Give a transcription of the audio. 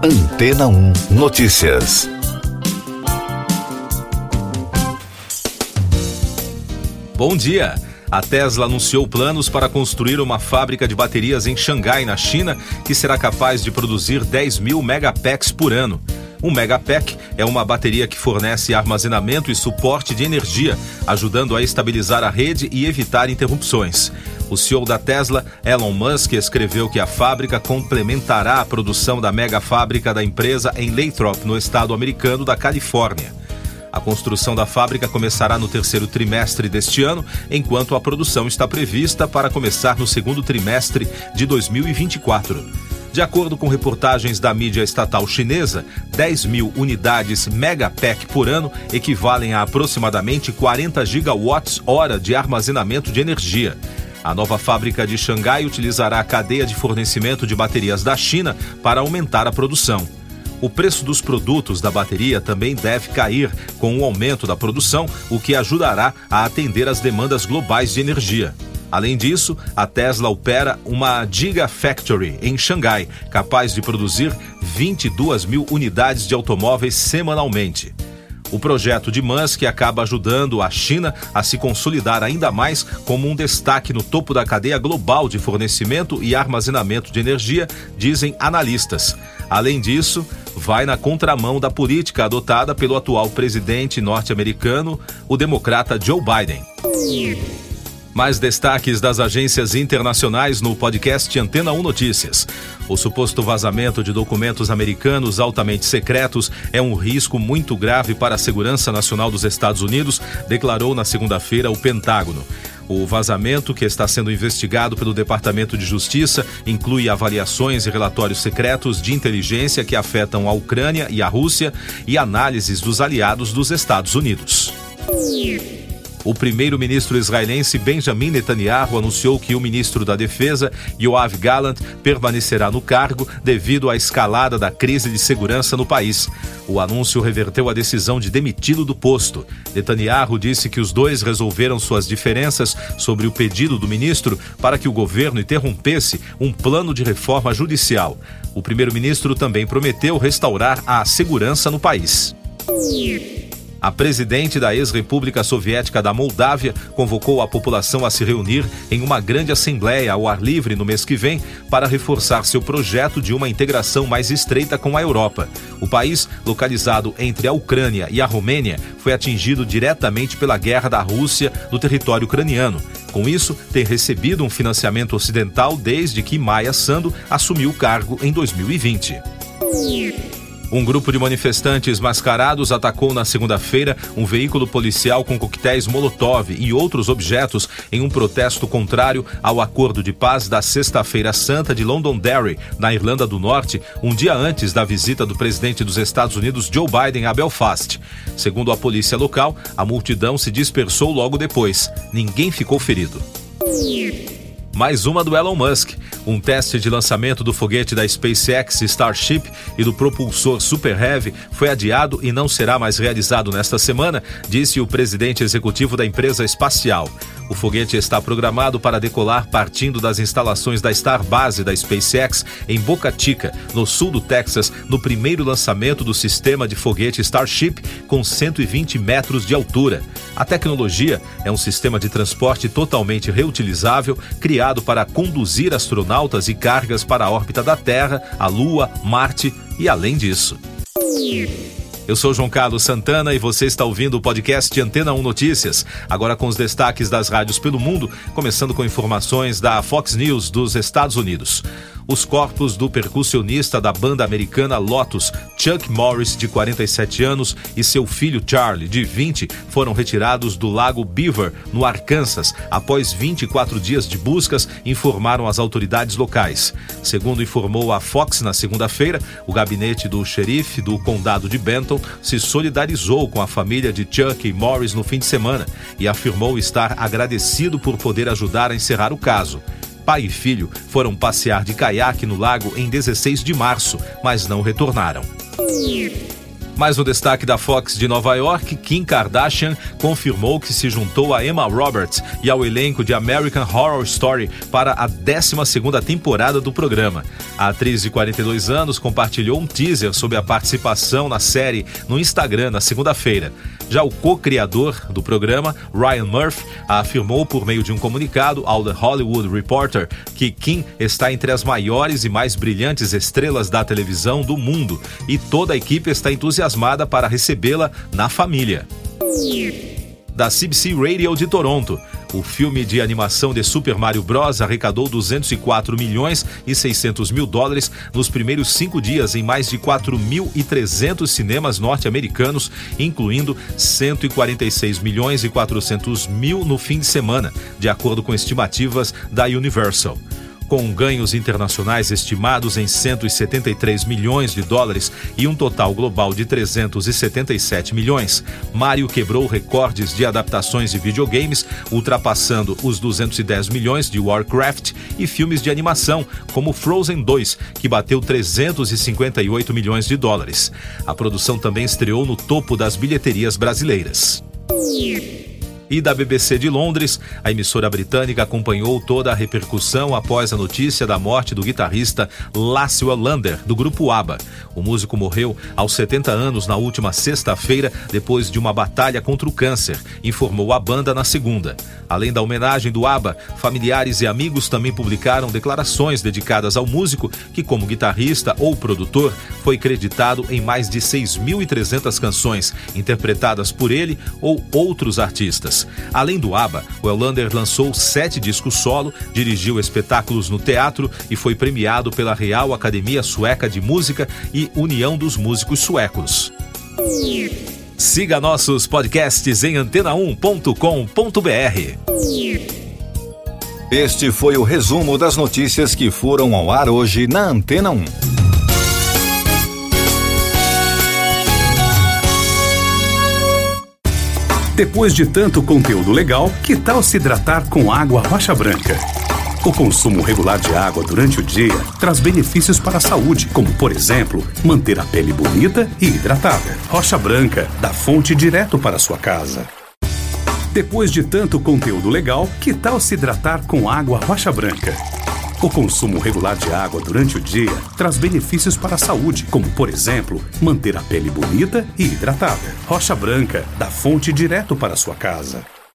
Antena 1 Notícias. Bom dia! A Tesla anunciou planos para construir uma fábrica de baterias em Xangai, na China, que será capaz de produzir 10 mil megapacks por ano. Um megapack é uma bateria que fornece armazenamento e suporte de energia, ajudando a estabilizar a rede e evitar interrupções. O CEO da Tesla, Elon Musk, escreveu que a fábrica complementará a produção da mega fábrica da empresa em Lathrop, no estado americano da Califórnia. A construção da fábrica começará no terceiro trimestre deste ano, enquanto a produção está prevista para começar no segundo trimestre de 2024. De acordo com reportagens da mídia estatal chinesa, 10 mil unidades Megapack por ano equivalem a aproximadamente 40 gigawatts-hora de armazenamento de energia. A nova fábrica de Xangai utilizará a cadeia de fornecimento de baterias da China para aumentar a produção. O preço dos produtos da bateria também deve cair com o aumento da produção, o que ajudará a atender às demandas globais de energia. Além disso, a Tesla opera uma Gigafactory em Xangai, capaz de produzir 22 mil unidades de automóveis semanalmente. O projeto de Musk acaba ajudando a China a se consolidar ainda mais como um destaque no topo da cadeia global de fornecimento e armazenamento de energia, dizem analistas. Além disso, vai na contramão da política adotada pelo atual presidente norte-americano, o democrata Joe Biden. Mais destaques das agências internacionais no podcast Antena 1 Notícias. O suposto vazamento de documentos americanos altamente secretos é um risco muito grave para a segurança nacional dos Estados Unidos, declarou na segunda-feira o Pentágono. O vazamento, que está sendo investigado pelo Departamento de Justiça, inclui avaliações e relatórios secretos de inteligência que afetam a Ucrânia e a Rússia e análises dos aliados dos Estados Unidos. O primeiro-ministro israelense Benjamin Netanyahu anunciou que o ministro da Defesa, Yoav Gallant, permanecerá no cargo devido à escalada da crise de segurança no país. O anúncio reverteu a decisão de demiti-lo do posto. Netanyahu disse que os dois resolveram suas diferenças sobre o pedido do ministro para que o governo interrompesse um plano de reforma judicial. O primeiro-ministro também prometeu restaurar a segurança no país. A presidente da ex-república soviética da Moldávia convocou a população a se reunir em uma grande assembleia ao ar livre no mês que vem para reforçar seu projeto de uma integração mais estreita com a Europa. O país, localizado entre a Ucrânia e a Romênia, foi atingido diretamente pela guerra da Rússia no território ucraniano. Com isso, tem recebido um financiamento ocidental desde que Maia Sandu assumiu o cargo em 2020. Um grupo de manifestantes mascarados atacou na segunda-feira um veículo policial com coquetéis Molotov e outros objetos em um protesto contrário ao acordo de paz da Sexta-feira Santa de Londonderry, na Irlanda do Norte, um dia antes da visita do presidente dos Estados Unidos, Joe Biden, a Belfast. Segundo a polícia local, a multidão se dispersou logo depois. Ninguém ficou ferido. Mais uma do Elon Musk. Um teste de lançamento do foguete da SpaceX Starship e do propulsor Super Heavy foi adiado e não será mais realizado nesta semana, disse o presidente executivo da empresa espacial. O foguete está programado para decolar partindo das instalações da Starbase da SpaceX em Boca Chica, no sul do Texas, no primeiro lançamento do sistema de foguete Starship com 120 metros de altura. A tecnologia é um sistema de transporte totalmente reutilizável, criado para conduzir astronautas e cargas para a órbita da Terra, a Lua, Marte e além disso. Eu sou João Carlos Santana e você está ouvindo o podcast Antena 1 Notícias, agora com os destaques das rádios pelo mundo, começando com informações da Fox News dos Estados Unidos. Os corpos do percussionista da banda americana Lotus, Chuck Morris, de 47 anos, e seu filho Charlie, de 20, foram retirados do Lago Beaver, no Arkansas, após 24 dias de buscas, informaram as autoridades locais. Segundo informou a Fox na segunda-feira, o gabinete do xerife do condado de Benton se solidarizou com a família de Chuck e Morris no fim de semana e afirmou estar agradecido por poder ajudar a encerrar o caso. Pai e filho foram passear de caiaque no lago em 16 de março, mas não retornaram. Mais um destaque da Fox de Nova York: Kim Kardashian confirmou que se juntou a Emma Roberts e ao elenco de American Horror Story para a 12ª temporada do programa. A atriz de 42 anos compartilhou um teaser sobre a participação na série no Instagram na segunda-feira. Já o co-criador do programa, Ryan Murphy, afirmou por meio de um comunicado ao The Hollywood Reporter que Kim está entre as maiores e mais brilhantes estrelas da televisão do mundo e toda a equipe está entusiasmada para recebê-la na família. Da CBC Radio de Toronto, o filme de animação de Super Mario Bros. Arrecadou 204 milhões e 600 mil dólares nos primeiros 5 dias em mais de 4.300 cinemas norte-americanos, incluindo 146 milhões e 400 mil no fim de semana, de acordo com estimativas da Universal. Com ganhos internacionais estimados em 173 milhões de dólares e um total global de 377 milhões, Mario quebrou recordes de adaptações de videogames, ultrapassando os 210 milhões de Warcraft e filmes de animação, como Frozen 2, que bateu 358 milhões de dólares. A produção também estreou no topo das bilheterias brasileiras. E da BBC de Londres, a emissora britânica acompanhou toda a repercussão após a notícia da morte do guitarrista Lasse Wellander, do grupo ABBA. O músico morreu aos 70 anos na última sexta-feira, depois de uma batalha contra o câncer, informou a banda na segunda. Além da homenagem do ABBA, familiares e amigos também publicaram declarações dedicadas ao músico, que como guitarrista ou produtor, foi creditado em mais de 6.300 canções, interpretadas por ele ou outros artistas. Além do ABBA, Wellander lançou 7 discos solo, dirigiu espetáculos no teatro e foi premiado pela Real Academia Sueca de Música e União dos Músicos Suecos. Siga nossos podcasts em antena1.com.br. Este foi o resumo das notícias que foram ao ar hoje na Antena 1. Depois de tanto conteúdo legal, que tal se hidratar com água Rocha Branca? O consumo regular de água durante o dia traz benefícios para a saúde, como, por exemplo, manter a pele bonita e hidratada. Rocha Branca, da fonte direto para a sua casa. Depois de tanto conteúdo legal, que tal se hidratar com água Rocha Branca? O consumo regular de água durante o dia traz benefícios para a saúde, como, por exemplo, manter a pele bonita e hidratada. Rocha Branca, da fonte direto para a sua casa.